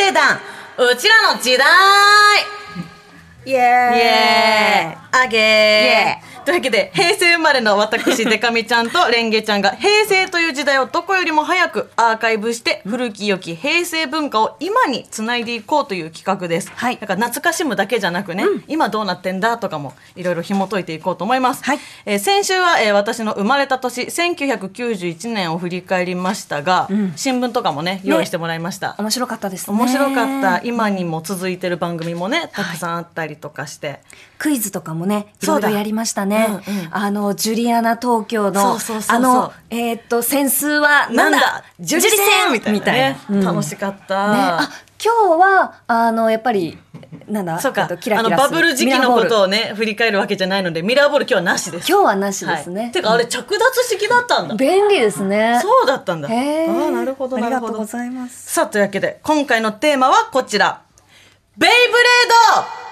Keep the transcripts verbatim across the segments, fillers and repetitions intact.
生団うちらの時代イエーイイエーイあげーというわけで平成生まれの私デカミちゃんとレンゲちゃんが平成という時代をどこよりも早くアーカイブして古き良き平成文化を今につないでいこうという企画です、はい、だから懐かしむだけじゃなくね、うん、今どうなってんだとかもいろいろ紐解いていこうと思います、はいえー、先週は、えー、私の生まれた年せんきゅうひゃくきゅうじゅういちねんを振り返りましたが、うん、新聞とかもね用意してもらいました、 ね、面白かったですね。 面白かった。今にも続いてる番組もねたくさんあったりとかして、はい、 クイズとかもねいろいろやりましたね、うんうん、あのジュリアナ東京のそうそうそうそうあのえー、っと扇子はなんだジュリ扇みたいな、ねみたいなうん、楽しかった、ね、 あ今日はあのやっぱりなんだそうかキラキラするあのバブル時期のことをね振り返るわけじゃないのでミラーボール今日はなしです。 今日はなしですね、 はい、てかあれ着脱式だったんだ。 便利ですね。 そうだったんだ。 へーあなるほどなるほど。 ありがとうございます。 さあというわけで今回のテーマはこちらベイブレード。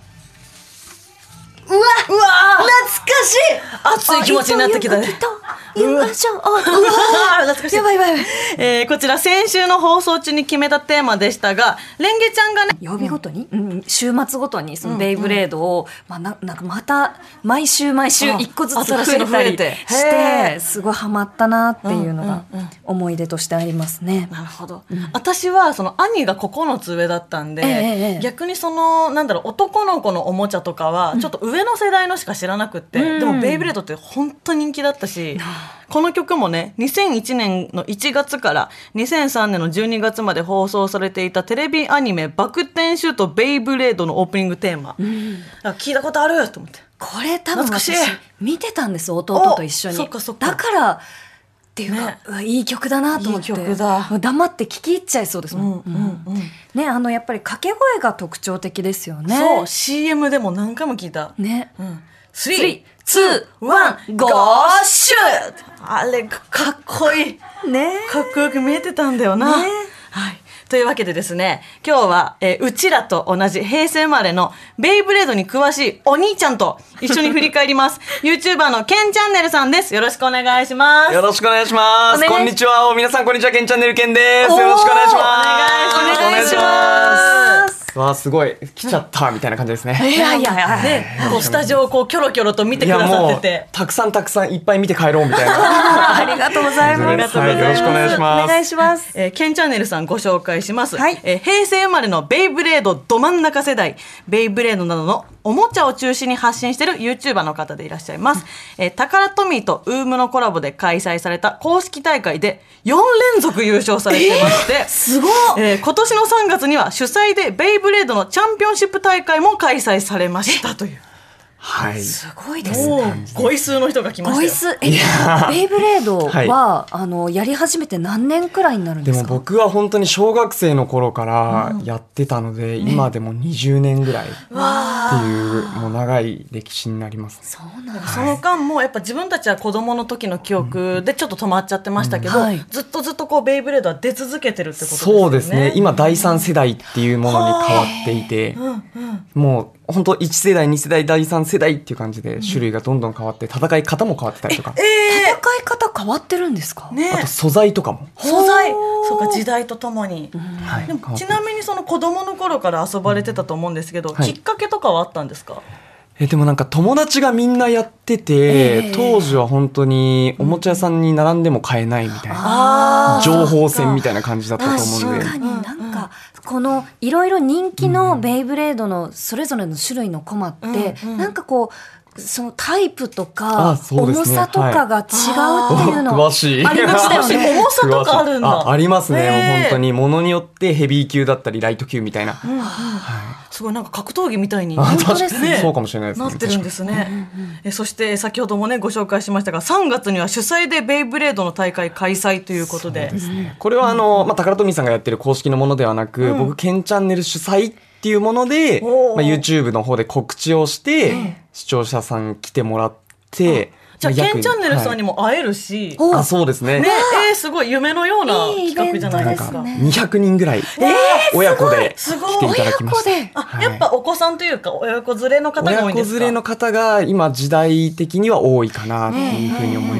うわうわ懐かしい熱い気持ちになってきたね。 言いましょう。うわ懐かしい。 やばいやばいやばい、 えー、こちら先週の放送中に決めたテーマでしたがレンゲちゃんがね曜日ごとに、うん、週末ごとにそのベイブレードを、うんうんまあ、な, なんかまた毎週毎週一個ずつ増えたりしてすごいハマったなっていうのが思い出としてありますね、 うんうんうん、なるほど、うん、私はその兄がここのつ上だったんで、えー、逆にそのなんだろう男の子のおもちゃとかはちょっと上の世代のしか知らなくって、うん、でもベイブレードって本当人気だったし、うん、この曲もねにせんいちねんのいちがつからにせんさんねんのじゅうにがつまで放送されていたテレビアニメバク転シュートベイブレードのオープニングテーマ、うん、聞いたことあると思ってこれ多分私見てたんです弟と一緒に。 そっかそっかだからっていうか、ね、いい曲だなと思っていい曲だ黙って聴き入っちゃいそうですもん、うんうんうんね、あのやっぱり掛け声が特徴的ですよね。 そう シーエム でも何回も聞いたね、 うんスリー、ツー、ワン、ゴーシューあれかっこいいねかっこよく見えてたんだよな、ねはい、というわけでですね今日は、えー、うちらと同じ平成生まれのベイブレードに詳しいお兄ちゃんと一緒に振り返ります YouTuber のケンチャンネルさんです。よろしくお願いします。 よろしくお願いします。こんにちは皆さんこんにちはケンチャンネルケンです。よろしくお願いします。 お願いします。 わあすごい来ちゃったみたいな感じですね。 いやいやねこうスタジオをこうキョロキョロと見てくださっててたくさんたくさんいっぱい見て帰ろうみたいなありがとうございます。 ありがとうございます。よろしくお願いします。 お願いします、 えー、ケンチャンネルさんご紹介します、はいえー、平成生まれのベイブレードど真ん中世代ベイブレードなどのおもちゃを中心に発信している YouTuber の方でいらっしゃいます、うんえー、タカラトミーとウームのコラボで開催された公式大会でよん連続優勝されてまして、 えー、すごい、 えー、今年のさんがつには主催でベイブレードのチャンピオンシップ大会も開催されましたというはい、 すごいですね。 ごい数の人が来ましたよ。 ごい数えベイブレードは、はい、あのやり始めて何年くらいになるんですか。 でも僕は本当に小学生の頃からやってたので、うん、今でもにじゅうねんぐらいっていう、もう長い歴史になります、ね、 そうなんです、 はい、その間もやっぱ自分たちは子供の時の記憶でちょっと止まっちゃってましたけど、うんはい、ずっとずっとこうベイブレードは出続けてるってことですよね。 そうですね。今だいさん世代っていうものに変わっていて、うんうん、もう本当いち世代に世代だいさん世代っていう感じで種類がどんどん変わって戦い方も変わってたりとか、 ええー、戦い方変わってるんですか、 ね、 あと素材とかも素材そうか時代とともに、うんはい、 でもちなみにその子供の頃から遊ばれてたと思うんですけど、はい、きっかけとかはあったんですか。 えでもなんか友達がみんなやってて、えー、当時は本当におもちゃ屋さんに並んでも買えないみたいな、うん、情報戦みたいな感じだったと思うんで。 確かになんかこのいろいろ人気のベイブレードのそれぞれの種類のコマって、うんうん、なんかこうそのタイプとか、ね、重さとかが違うっていうの、 はい、詳しいありましたよね。 重さとかあるんだ。 あ, ありますね。本当にものによってヘビー級だったりライト級みたいな、うんうんはい、すごいなんか格闘技みたいに本当ですね。そうかもしれないですね。 なってるんですね、うんうん、えそして先ほどもねご紹介しましたがさんがつには主催でベイブレードの大会開催ということで、 そうですね、これはあの、まあ、タカラトミーさんがやってる公式のものではなく、うん、僕ケンチャンネル主催っていうもので、まあ、YouTube の方で告知をして、うん、視聴者さん来てもらって、 じゃあケンチャンネルさんにも会えるし、 はい、あそうですね。 ねえー、すごい夢のような企画じゃないですか。 にひゃくにんぐらい親子で来ていただきました。 あ、はい、やっぱお子さんというか親子連れの方が多いんですか。 親子連れの方が今時代的には多いかなっていうふうに思います。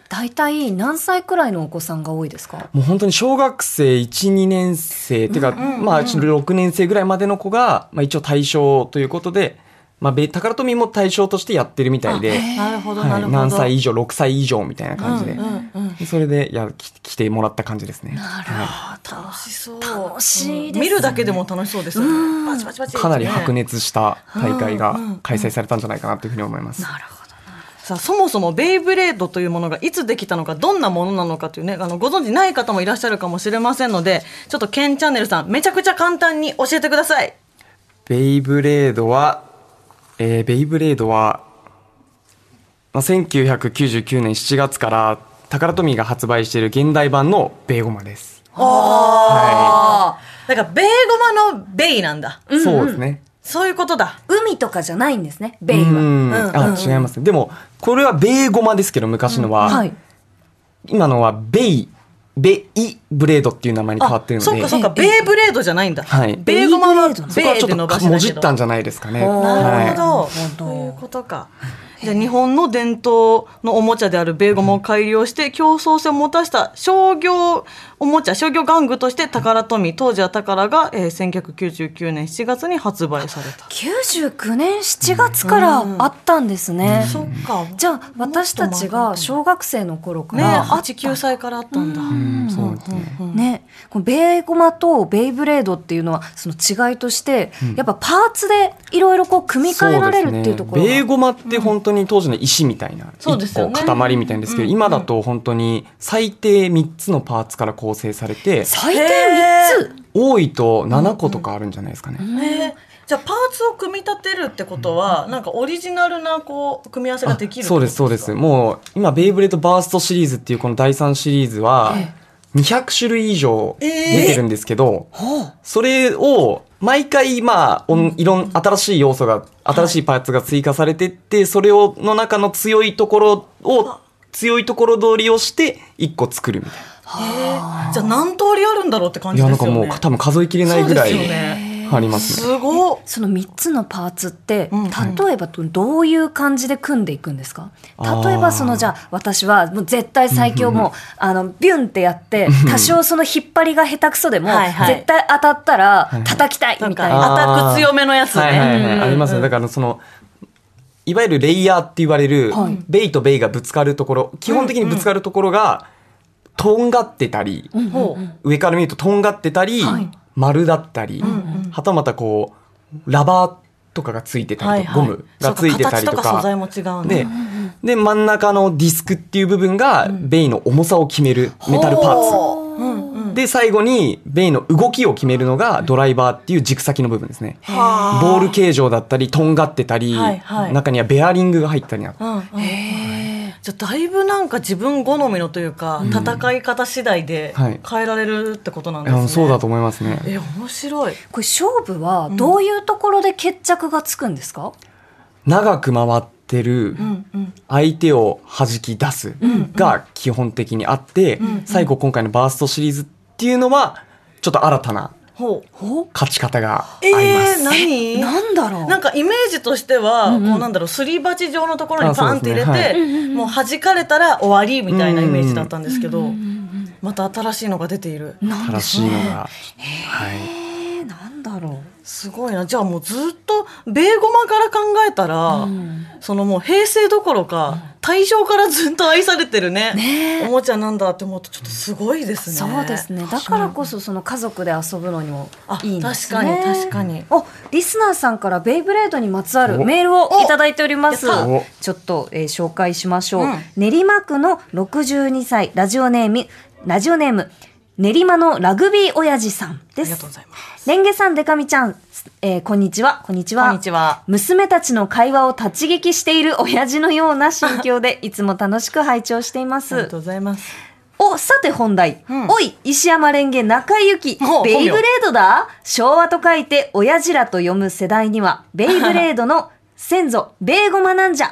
大体何歳くらいのお子さんが多いですか？ もう本当に小学生いち、にねん生っていうか、まあろくねん生ぐらいまでの子が、まあ、一応対象ということで、まあ、ベタカラトミーも対象としてやってるみたいで、 なるほど、 はい、 なるほど。 何歳以上、ろくさい以上みたいな感じで、 うんうんうん、 それでやき来てもらった感じですね。 なるあー楽しそう。 楽しいですね見るだけでも楽しそうですよね。パチパチパチってねかなり白熱した大会が開催されたんじゃないかなというふうに思います。 なるほど。 さあそもそもベイブレードというものがいつできたのか、どんなものなのかというね、あのご存知ない方もいらっしゃるかもしれませんので、ちょっとケンチャンネルさんめちゃくちゃ簡単に教えてください。 ベイブレードは、えー、ベイブレードは、まあ、せんきゅうひゃくきゅうじゅうきゅうねんしちがつからタカラトミーが発売している現代版のベイゴマです。 ああ、だからベイゴマのベイなんだ。 はい、そうですね。 そういうことだ。 海とかじゃないんですね、ベイは。 うん、 うんあ、違いますね。でもこれはベイゴマですけど、昔のは、 はい。 今のはベイベイブレードっていう名前に変わってるので、 そうかそうか、ベイブレードじゃないんだ。 はいベイゴマはベイベイブレードなのそこはちょでっと伸ばしだけど。 もじったんじゃないですかね。 なるほど、 はそういうことか。じゃあ日本の伝統のおもちゃであるベイゴマを改良して競争性を持たした商業おもちゃ、商業玩具としてタカラトミー、当時はタカラが、えー、せんきゅうひゃくきゅうじゅうきゅうねんしちがつに発売された。 きゅうじゅうきゅうねんしちがつからあったんですね。 そっか。 じゃあ私たちが小学生の頃かね、 らあはち、 った、 きゅうさいからあったんだ。 い。うん、そうですね。 ね、このベイゴマとベイブレードっていうのはその違いとして、やっぱパーツでいろいろこう組み替えられるっていうところが、 そうですね、ベイゴマって本当に当時の石みたいな、 そうですよね一個塊みたいなんですけど、今だと本当に最低みっつのパーツから構成されて、 最低みっつ。 多いとななことかあるんじゃないですかね。 へーじゃあパーツを組み立てるってことは、なんかオリジナルなこう組み合わせができるってことですか？ そうですそうです。もう今ベイブレードバーストシリーズっていうこのだいさんシリーズはにひゃくしゅるい以上出てるんですけど、それを毎回まあおんいろん新しい要素が新しいパーツが追加されていって、それをの中の強いところを強いところ取りをしていっこ作るみたいな。 へーじゃあ何通りあるんだろうって感いやなんかじですよね。 もう多分数えきれないぐらいそうですよねありますね。 すごっ。 そのみっつのパーツって、 うん例えばどういう感じで組んでいくんですか？ あー例えばそのじゃあ私はもう絶対最強もうあのビュンってやって多少その引っ張りが下手くそでもはいはい絶対当たったら叩きたいなんかみたいな。 アタック強めのやつね。 はいはいはい、 うんありますね。だからそのいわゆるレイヤーって言われる、 はいベイとベイがぶつかるところ、基本的にぶつかるところがとんがってたり、 ほう上から見るととんがってたり、 はい丸だったり、はたまたこうラバーとかがついてたりとか、ゴムがついてたりとそうか形とか素材も違うんだ。 でで真ん中のディスクっていう部分がベイの重さを決めるメタルパーツ、 うんうんで最後にベイの動きを決めるのがドライバーっていう軸先の部分ですね。 はボール形状だったりとんがってたり、 はいはい中にはベアリングが入ったりなあうんうんじゃあだいぶなんか自分好みのというか、戦い方次第ではい変えられるってことなんいですね。 やそうだと思いますね。 え面白い。 これ勝負はどういうところで決着がつくんですか？ 長く回ってるうんうん相手を弾き出すが基本的にあって、最後今回のバーストシリーズっていうのはちょっと新たなほう。 勝ち方がありえまー、 す。 何？ なんだろう。 なんかイメージとしては、こうなんだろうすり鉢状のところにパンって入れて、 あそうですねもう弾かれたら終わりみたいなイメージだったんですけど、また新しいのが出ている。 なんで新しいのが、はい。 えーなんだろう。 すごいな。じゃあもうずっとベーゴマから考えたら、そのもう平成どころか、大正からずっと愛されてるねねおもちゃなんだって思うとちょっとすごいですね。 そうですね。だからこそその家族で遊ぶのにもあいいんです確かね。 に確かに。 お、リスナーさんからベイブレードにまつわるおメールをいただいておりますおやった。 ちょっと、えー紹介しましょう。 うん練馬区のろくじゅうにさいラジオネームラジオネーム練馬のラグビー親父さんですありがとうご。ざいます。 レンゲさん、デカミちゃん、えーこんにちは。こんにちは。 こんにちは。 娘たちの会話を立ち聞きしている親父のような心境でいつも楽しく拝聴していますありがと。うございます。 お、さて本題。 うんおい、石山レンゲ中井由紀お。 ベイブレードだ昭和と書いて親父らと読む世代には、ベイブレードの先祖、ベーゴマなんじゃ。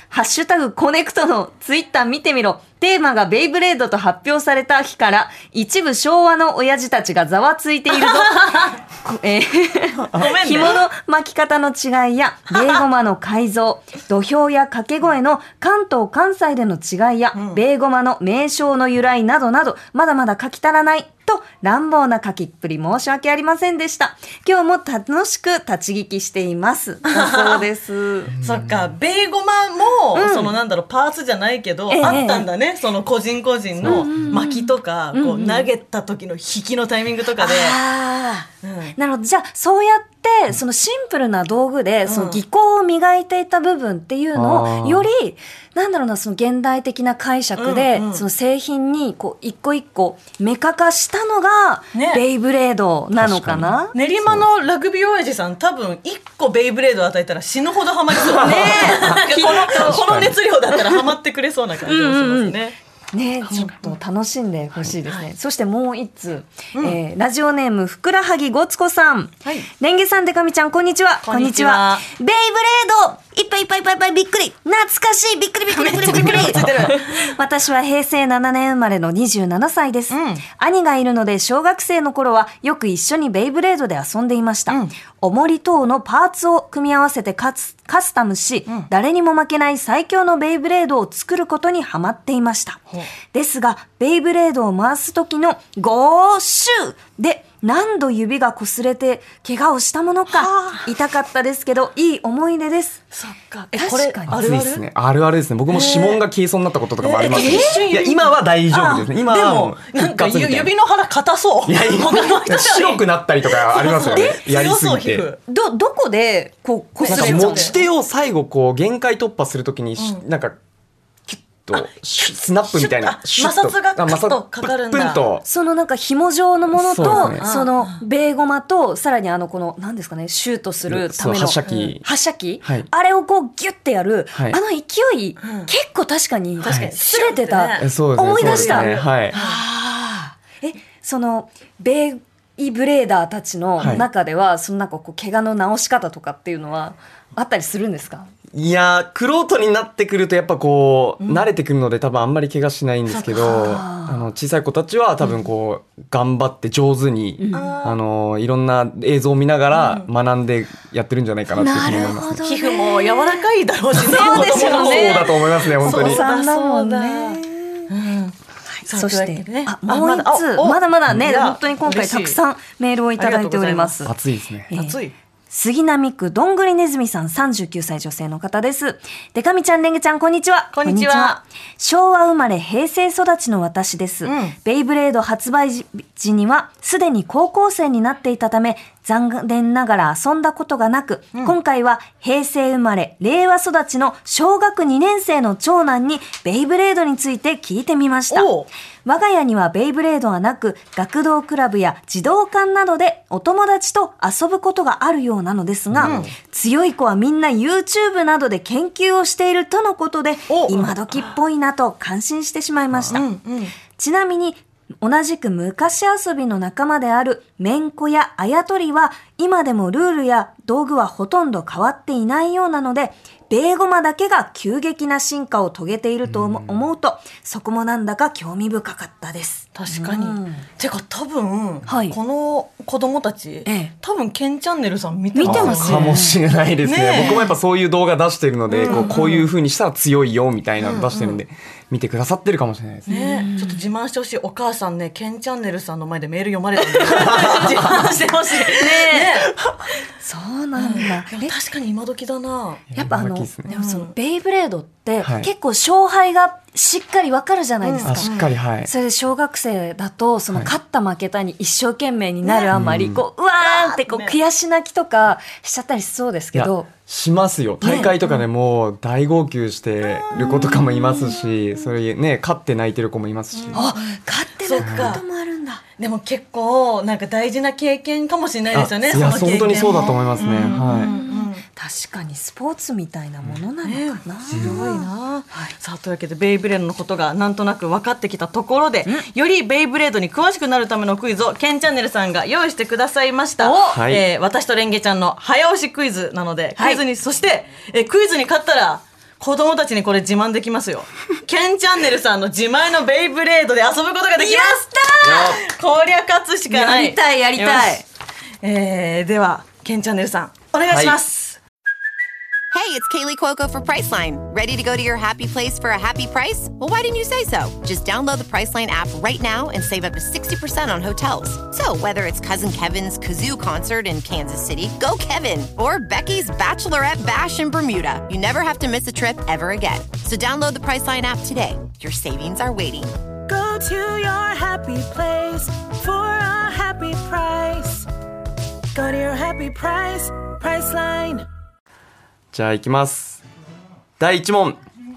ハッシュタグコネクトのツイッター見てみろ。テーマがベイブレードと発表された日から一部昭和の親父たちがざわついているぞ。えー、 ごめんね。 紐の巻き方の違いやベイゴマの改造、土俵や掛け声の関東関西での違いや、うん、ベイゴマの名称の由来などなどまだまだ書き足らないと乱暴な書きっぷり申し訳ありませんでした。今日も楽しく立ち聞きしています。だそうです。 そっか、ベイゴマも、うん、そのなんだろうパーツじゃないけど、ええ、あったんだね。その個人個人の巻きとか、うんうん、こう投げた時の引きのタイミングとかで。 あうん、なるほど。じゃあそうやってそのシンプルな道具でその技巧を磨いていた部分っていうのをよりなんだろうな、その現代的な解釈でその製品にこう一個一個メカ化したのがベイブレードなのかな。 練馬のラグビー親父さん多分一個ベイブレード与えたら死ぬほどハマりそうね。このこの熱量だったらハマってくれそうな感じがしますね。 ね、ちょっと楽しんでほしいですね、はい、そしてもう一通、うんえー、ラジオネームふくらはぎごつこさん、はい、レンゲさんでかみちゃんこんにちは。 こんにちは。 ベイブレードいっぱいいっぱいいっぱいいっぱいびっくり懐かしいびっくりびっくりびっくりびっくり私はへいせいななねん生まれのにじゅうななさいです、うん、兄がいるので小学生の頃はよく一緒にベイブレードで遊んでいました、うん、重り等のパーツを組み合わせてカツカスタムし、うん、誰にも負けない最強のベイブレードを作ることにハマっていました、うん、ですがベイブレードを回す時のゴーシューで何度指が擦れて怪我をしたものか痛かったですけどいい思い出です。 そっか。 え確かにあるあるですね。あるあるですね。僕も指紋が消えそうになったこととかもありますね。えー、いや今は大丈夫ですね。今はもうなんか指の腹硬そう。いや白くなったりとかありますよね。やりすぎて。 どどこでこう擦れちゃうんですか。 持ち手を最後こう限界突破するときに、うん、なんか。スナップみたいな摩擦がカッとかかるんだ。 そのなんか紐状のものと そ,、ね、そのベイゴマとさらにあのこの何ですかねシュートするための発射機、 発射機、はい、あれをこうギュッてやる、はい、あの勢い、うん、結構確かに確かに擦れてた、 はい、 思い出した、 ねはい、 えそのベイブレーダーたちの中では、はい、そのなんかこう怪我の治し方とかっていうのはあったりするんですか。 いやー玄人になってくるとやっぱこう、うん、慣れてくるので多分あんまり怪我しないんですけどあの小さい子たちは多分こう、うん、頑張って上手に、うん、あのいろんな映像を見ながら学んでやってるんじゃないかなっていうふうに思いますね、 ね、皮膚も柔らかいだろうしね。 そうでしょうね。 そうだと思いますね本当に。 そうだもんね、うん、そして、ね、あもう一つまだまだね本当に今回たくさんメールをいただいております。 熱いですね、 えー、 熱い。 杉並区どんぐりねずみさんさんじゅうきゅうさい女性の方です。でかみちゃんレンゲちゃんこんにちは。 こんにちは。 昭和生まれ平成育ちの私です、うん、ベイブレード発売時にはすでに高校生になっていたため残念ながら遊んだことがなく、うん、今回は平成生まれ令和育ちの小学にねん生の長男にベイブレードについて聞いてみました。我が家にはベイブレードはなく学童クラブや児童館などでお友達と遊ぶことがあるようなのですが、うん、強い子はみんな YouTube などで研究をしているとのことで今時っぽいなと感心してしまいました、うんうん、ちなみに同じく昔遊びの仲間であるめんこやあやとりは今でもルールや道具はほとんど変わっていないようなのでベイゴマだけが急激な進化を遂げていると思うと、うん、そこもなんだか興味深かったです。 確かに、うん、てか多分、 はい、 この子供たち、ええ、多分ケンチャンネルさん見てます、ね、ますかもしれないです ね, ね僕もやっぱそういう動画出してるので、うんうん、こうこういう風にしたら強いよみたいなの出してるんで、うんうん、見てくださってるかもしれないですね、 ね、ちょっと自慢してほしい。お母さんねケンチャンネルさんの前でメール読まれたんで自慢してほしいねそうなんだ、 うん、確かに今時だな。 やっぱあの、ね、でもそのベイブレードって、はい、結構勝敗がしっかり分かるじゃないですか、うん、 しっかり、はい、 それで小学生だとその勝った負けたに一生懸命になるあまり、はい、こううわーってこう悔し泣きとかしちゃったりしそうですけど、 しますよ。大会とかでも大号泣してる子とかもいますし、それね勝って泣いてる子もいますし、 あ勝って泣くこともあるんだ。 でも結構なんか大事な経験かもしれないですよね。 いや本当にそうだと思いますね、はい。 確かにスポーツみたいなものなのかな、ね、 すごいな、はい、さあというわけでベイブレードのことがなんとなく分かってきたところで、よりベイブレードに詳しくなるためのクイズをケンチャンネルさんが用意してくださいました、はい。えー、私とレンゲちゃんの早押しクイズなので、クイズに、はい、そして、えー、クイズに勝ったら子供たちにこれ自慢できますよ。ケンチャンネルさんの自前のベイブレードで遊ぶことができます。 やったー。 こりゃ勝つしかない。 やりたいやりたい。 えー、ではケンチャンネルさんお願いします。 Hey, it's Kaylee Cuoco for Priceline. Ready to go to your happy place for a happy price? Well, why didn't you say so? Just download the Priceline app right now and save up to sixty percent on hotels. So whether it's Cousin Kevin's Kazoo Concert in Kansas City, go Kevin, or Becky's Bachelorette Bash in Bermuda, you never have to miss a trip ever again. So download the Priceline app today. Your savings are waiting. Go to your happy place for a happy price. Go to your happy price, Priceline. じゃあ行きます。だいいち問。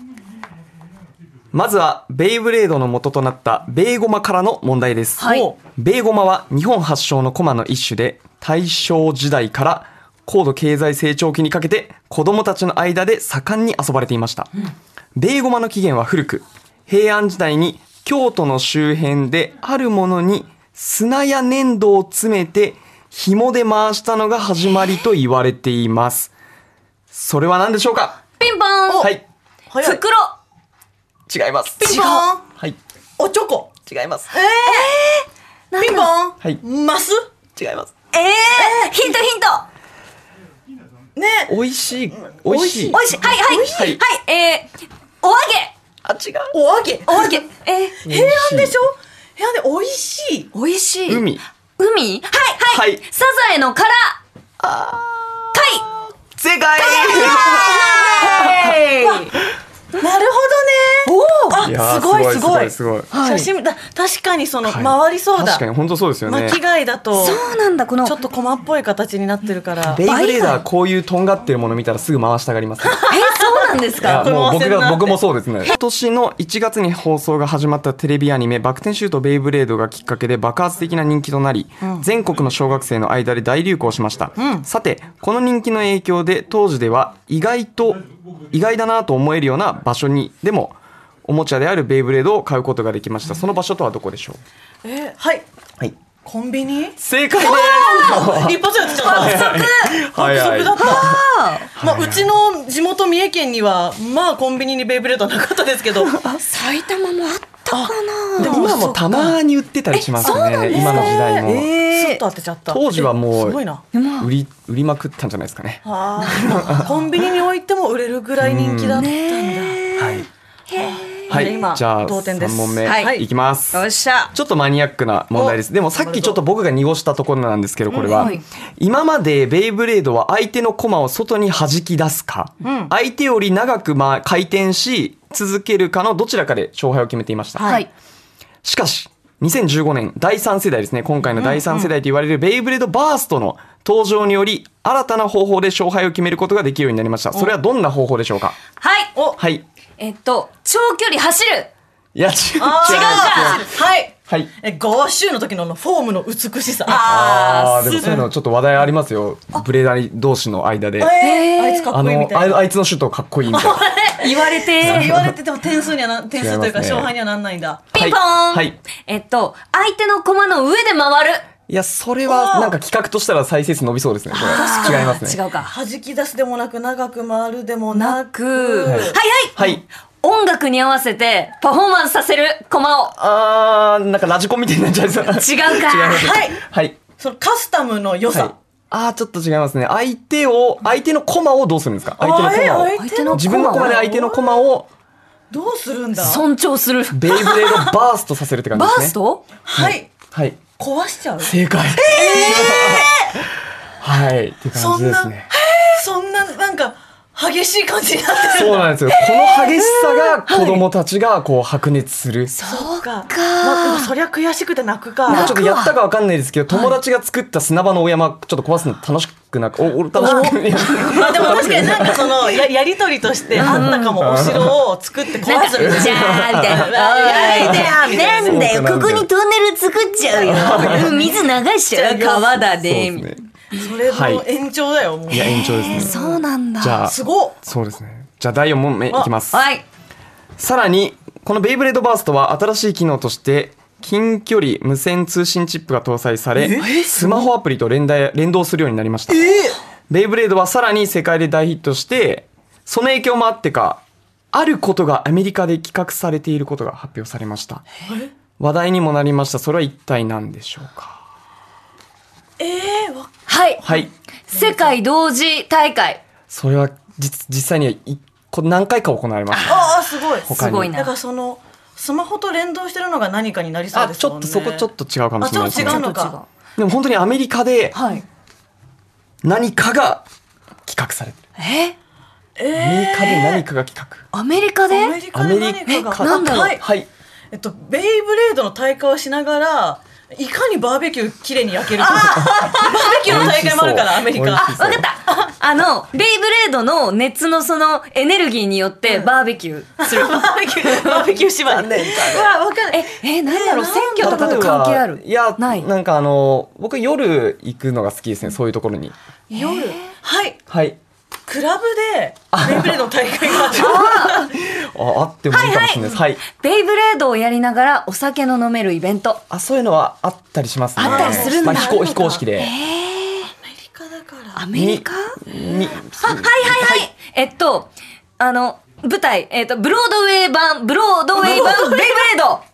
まずはベイブレードの元となったベイゴマからの問題です、 はい、 ベイゴマは日本発祥のコマの一種で、大正時代から高度経済成長期にかけて子供たちの間で盛んに遊ばれていました、うん、ベイゴマの起源は古く、平安時代に京都の周辺であるものに砂や粘土を詰めて紐で回したのが始まりと言われています。それは何でしょうか？ ピンポン。 はい。 袋。 違います。 ピンポン。 はい。 おチョコ。 違います。 えー、ピンポン。 はい。 マス。 違います。 えー、ヒントヒント。ね。 美味しい。美味しい。 美味しい。はいはいはい。はい。えー、お揚げ。 あ、違う。 お揚げ。 お揚げ。えー、 平安でしょ？平安で美味しい。 美味しい。 海。 海？はいはい。はい、サザエの殻。 あー。貝。 正解。 なるほどね。あ、すごいすごいすごい。 写真だ、確かにその回りそうだ。 確かに本当そうですよね。 巻き貝だとそうなんだ、このちょっとコマっぽい形になってるから。 ベイブレーダーこういうとんがってるもの見たらすぐ回したがります。 え、そうなんですか？ もう僕が僕もそうですね。今年のいちがつに放送が始まったテレビアニメバク転シュートベイブレードがきっかけで爆発的な人気となり、うん、全国の小学生の間で大流行しました、うん、さてこの人気の影響で当時では意外と意外だなと思えるような場所にでもおもちゃであるベイブレードを買うことができました。その場所とはどこでしょう？ えー、はい、 はい、 コンビニ。 正解です。 一発やってちゃった。爆速爆速だった。まあうちの地元三重県にはまあコンビニにベイブレードはなかったですけど、 埼玉もあったかな。 でも今もたまに売ってたりしますね。今の時代も。 えー、スッと当てちゃった。 当時はもうすごいな。 売り売りまくったんじゃないですかね。 あコンビニに置いても売れるぐらい人気だったんだ。はい。 はい、 今じゃあ同点です。 さん問目、はい、いきます。 よっしゃ。 ちょっとマニアックな問題です。でもさっきちょっと僕が濁したところなんですけど、これは、うんはい、今までベイブレードは相手の駒を外に弾き出すか、うん、相手より長くまあ回転し続けるかのどちらかで勝敗を決めていました、はい、しかしにせんじゅうごねんだいさん世代ですね、今回のだいさん世代と言われるベイブレードバーストの登場により新たな方法で勝敗を決めることができるようになりました。それはどんな方法でしょうか？ はいおはいえっと長距離走る。 いや違う違うか。はい。 はい。 え、ゴーシューの時のフォームの美しさ。 ああ、でもそういうのちょっと話題ありますよ。ブレーダー同士の間で。 えー、あいつかっこいいみたいな。 あいつのシュートかっこいいみたいな。 言われて言われてても点数にはな点数というか勝敗にはなんないんだ。 ピンポーン。 はい。 えっと相手の駒の上で回る。 いやそれはなんか企画としたら再生数伸びそうですね。これ違いますね。 違うか。 弾き出すでもなく長く回るでもなく。 はいはい。 はい。 音楽に合わせてパフォーマンスさせるコマを。 あーなんかラジコンみたいになっちゃいそう。違うか。 違うはいはい。 そのカスタムの良さ。はい、 あーちょっと違いますね。相手を相手のコマをどうするんですか？相手のコマを。 相手の自分のコマで相手のコマをどうするんだ？ 尊重する。 ベイブレードバーストさせるって感じですね。 バースト？ はい。 はい。 壊しちゃう。 正解。えー、はいって感じですね。 そんななんか。激しい感じになってる。 そうなんですよ。この激しさが子供たちがこう白熱する。 そうか。まあ、そりゃ悔しくて泣くか。 ちょっとやったかわかんないですけど、友達が作った砂場のお山ちょっと壊すの楽しくなく、お、俺楽しく。 まあでも確かになんかそのややりとりとしてあったかも。お城を作って壊すみたいな。 みたいな。なんだよ、ここにトンネル作っちゃうよ。水流しちゃう。川だね。 それの延長だよ、もう。 いや延長ですね。 そうなんだ。 じゃあすごっ。 そうですね。じゃあだいよん問目いきます。 はい。 さらにこのベイブレードバーストは新しい機能として近距離無線通信チップが搭載され、スマホアプリと連動連動するようになりました。ベイブレードはさらに世界で大ヒットして、その影響もあってかあることがアメリカで企画されていることが発表されました。話題にもなりました。それは一体何でしょうか。 えー、わはい、 はい、 世界同時大会。 それは実実際にはいこ何回か行われました。 ああすごい。 他にすごいな。 だからそのスマホと連動してるのが何かになりそうあちょですもんね。 っとそこちょっと違うかもしれないですね。 あちょっと違うのか。 でも本当にアメリカではい。 何かが企画されてる。 ええー、 アメリカで何かが企画。 アメリカでアメリカで何かがアメリカなんだろうはいはい。 えっとベイブレードの大会をしながらいかにバーベキューきれいに焼けるかバーベキューの大会もあるからアメリカ。 美味しそうわかったあのベイブレードの熱のそのエネルギーによってバーベキューする、 バーベキューバーベキュー縛り。うわわかんない。 ええなんだろう、 えー選挙とかと関係ある？ いやないなんかあの僕夜行くのが好きですね。そういうところに。 夜はいはい。 クラブでベイブレードの大会がある。 ああってもいいかもしれないです。はい。 ベイブレードをやりながらお酒の飲めるイベント。 あそういうのはあったりしますね。 あったりするんだまあ、非公非公式で。 アメリカだから。 アメリカ？ にあ、はいはいはい。えっと、あの、舞台、えっと、ブロードウェイ版、ブロードウェイ版、ベイブレード。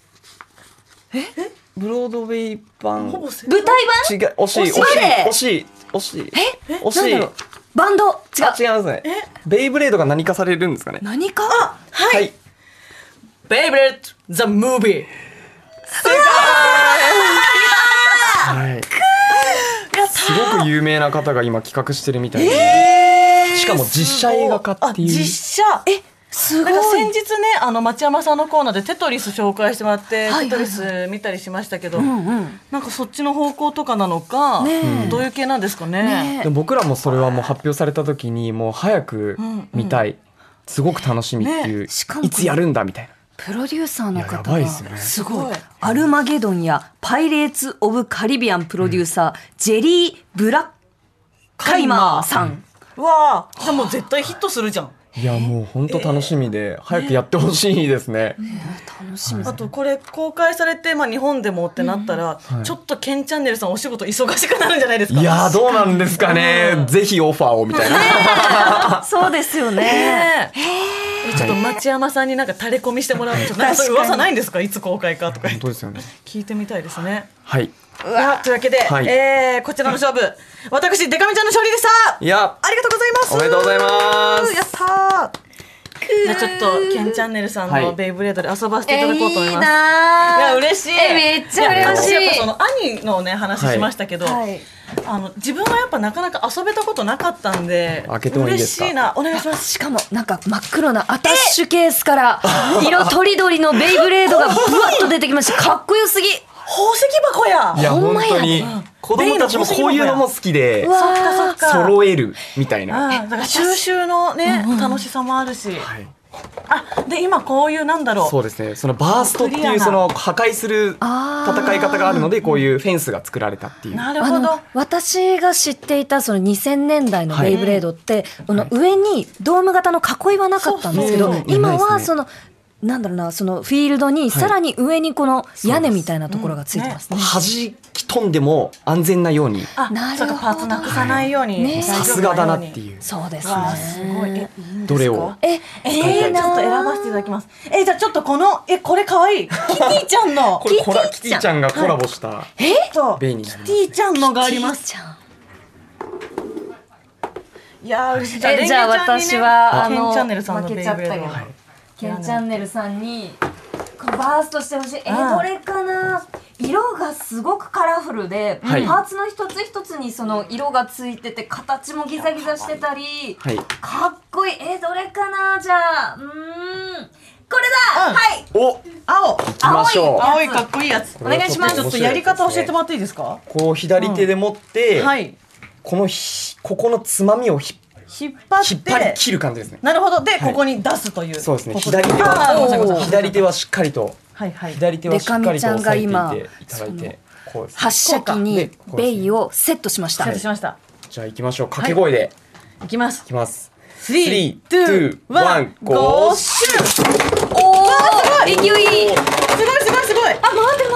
ブロードウェイ版。 ほぼせ舞台版？ 違う惜しい惜しいバレエ惜しい惜しいえ惜しい。 なんだろう、バンド。違う。 あ違いますね。ベイブレードが何かされるんですかね。 何か？ はい、 はい。 ベイブレードザムービー。 はい。すごく有名な方が今企画してるみたいで、しかも実写映画化っていう。 あ実写。 え、すごい。 なんか先日ねあの町山さんのコーナーでテトリス紹介してもらって、 はいはいはいテトリス見たりしましたけど、 うんうん。 なんかそっちの方向とかなのか、 ねえどういう系なんですかね。 ねえでも僕らもそれはもう発表された時にもう早く見たい、すごく楽しみっていう、 ねしかもいつやるんだみたいな。 プロデューサーのいやや方がばいっすねすごいすごい。 アルマゲドンやパイレーツ・オブ・カリビアンプロデューサー、ジェリー・ブラッカイマーさん。 うわあ、じゃあもう絶対ヒットするじゃん。 いやもう本当楽しみで、早くやってほしいですね。 楽しみ。 あとこれ公開されて、まあ、日本でもってなったら、 はいちょっとケンチャンネルさんお仕事忙しくなるんじゃないですか。 いやーどうなんですかね。ぜひオファーをみたいな。 そうですよね。 ねええちょっと町山さんになんか垂れ込みしてもらうと、なんかそういう噂ないんですか、いつ公開かとか本当ですよね。 聞いてみたいですね。 はい。 うわというわけで、 はいえーこちらの勝負私デカミちゃんの勝利でした。 いやありがとうございます。 おめでとうございますやったー。じゃあちょっとケンチャンネルさんのベイブレードで遊ばせていただこうと思います。 いいなー。 いや嬉しい。 えめっちゃ嬉しい。 や私やっぱその兄のね話しましたけど、 はい。 あの自分はやっぱなかなか遊べたことなかったんで、 開けてもいいですか嬉しいな。お願いします。 しかもなんか真っ黒なアタッシュケースから色とりどりのベイブレードがブワッと出てきました。かっこよすぎ。 宝石箱や。 いや本ほんまや当に子供たちもこういうのも好きでうわそっかそっか。 揃えるみたいな。 ああだから収集のね、楽しさもあるし、 はい。 あで今こういうなんだろう。 そうですね。そのバーストってクリアないうその破壊するあー戦い方があるので、こういうフェンスが作られたっていう。 なるほどあの。私が知っていたそのにせんねんだいのベイブレードって、この上にドーム型の囲いはなかったんですけど、 そうそう今ないですねはそのなんだろうな、そのフィールドにさらに上にこの屋根みたいなところがついてますね。 弾き飛んでも安全なように。 あなるほどそうかパーツなくさないように、 ね大丈夫さすがだなってう。 いう。 そうですわあすごい。えね。 いいんですかどれをえ、 えー、ちょっと選ばせていただきます。えー、じゃあちょっとこのえこれ可愛いキティちゃんのこれコラキティちゃんがコラボしたとベイになります。 キティちゃんのがあります。 ちゃん。 いやー嬉しい。 えじゃあ私はあケンのチャンネルさんの負ベイブレード。 けちゃったよ。ケンチャンネルさんにこのバーストしてほしい。えうんどれかな。色がすごくカラフルで、 はいパーツの一つ一つにその色がついてて形もギザギザしてたり、 はい。 かっこいい。えどれかな。じゃあうーんこれだ。 うんはい。 お、行青きましょう。 青いかっこいいやつ。 これはお願いしますちょっとやり方教えてもらっていいですか。 こう左手で持って、 はい。 このひここのつまみをひ引っ張って引っ張り切る感じですね。 なるほど。で、 はいここに出すという。 そうですね。 ここ左手あーごめんなさいごめんなはさい左手はしっかりとはいはい。 左手はしっかりとデカミちゃん押さえていが今ていただいて、こうですね。 発射機にでこうですねベイをセットしました。 セットしました。 じゃあ行きましょう。掛け声でいきますい。きます。 スリー、ツー、ワン、ゴゴーーシュー。 おお勢いいい。 すごいすごいすごい。 あ回ってる回ってる。 待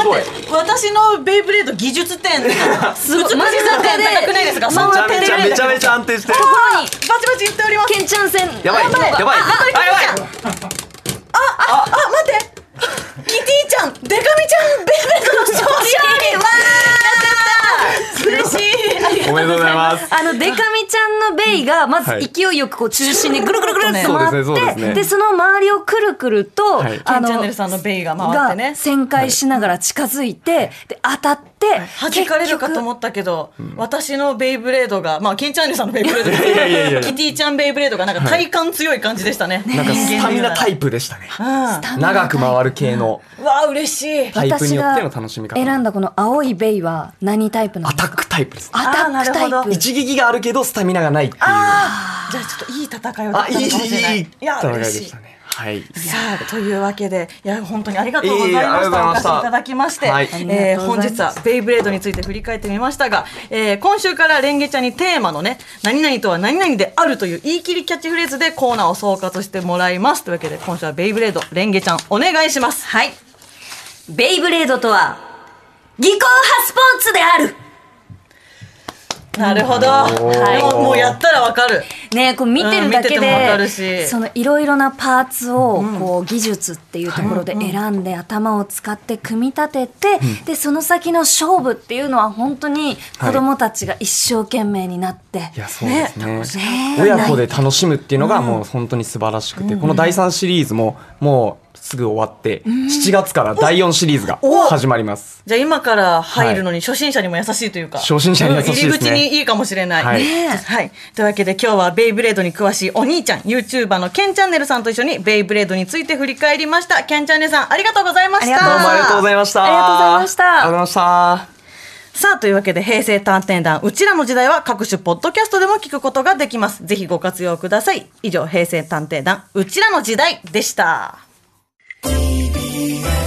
ごい。 私のベイブレード技術点すごいマジさ点高くないですか？ めちゃめちゃめちゃめちゃ安定してる。 バチバチいっております。 ケンちゃん戦やばいやばいやばい。あ、やばい。 あああ待って。キティちゃん、デカミちゃん、ベイブレードの勝利。わー、嬉しい。 おめでとうございます。 あのデカミちゃんのベイがまず勢いよくこう中心にぐるぐるぐるって回ってでその周りをくるくるとケンチャンネルさんのベイが回ってね旋回しながら近づいてで当たって弾かれるかと思ったけど私のベイブレードがまあケンチャンネルさんのベイブレードキティちゃんベイブレードがなんか体感強い感じでしたね。 なんかスタミナタイプでしたね。長く回る系のわあ嬉しい。 タイプによっての楽しみ方。 選んだこの青いベイは何タイプなの？ アタックタイプです。 アタックタイプ。 一撃があるけどスタミナがないっていう。 ああ、じゃあちょっといい戦いをできたのかもしれない。いや戦いでしたね。はい。 さあというわけでいや本当にありがとうございました。お越しいただきまして、はいえー、本日はベイブレードについて振り返ってみましたが、えー、今週からレンゲちゃんにテーマのね何々とは何々であるという言い切りキャッチフレーズでコーナーを総括してもらいます。というわけで今週はベイブレードレンゲちゃんお願いします。 はい。ベイブレードとは技巧派スポーツである。 なるほど、はい、もうやったらわかるね。こう見てるだけで、 うん、 そのいろいろなパーツをこう技術っていうところで選んで頭を使って組み立てて、うん、でその先の勝負っていうのは本当に子どもたちが一生懸命になって、はい、 いやそうですね、ね親子で楽しむっていうのがもう本当に素晴らしくて、うん、このだいさんシリーズももうすぐ終わって、うん、しちがつからだいよんシリーズが始まります。 じゃあ今から入るのに初心者にも優しいというか、はい、 初心者に優しいですね。 入り口にいいかもしれない、はいねはい、というわけで今日はベイブレードに詳しいお兄ちゃん YouTuber のケンチャンネルさんと一緒にベイブレードについて振り返りました。ケンチャンネルさんありがとうございました。 どうもありがとうございました。 ありがとうございました。 ありがとうございました。 さあというわけで平成探偵団うちらの時代は各種ポッドキャストでも聞くことができます。ぜひご活用ください。以上平成探偵団うちらの時代でした。ティービーエス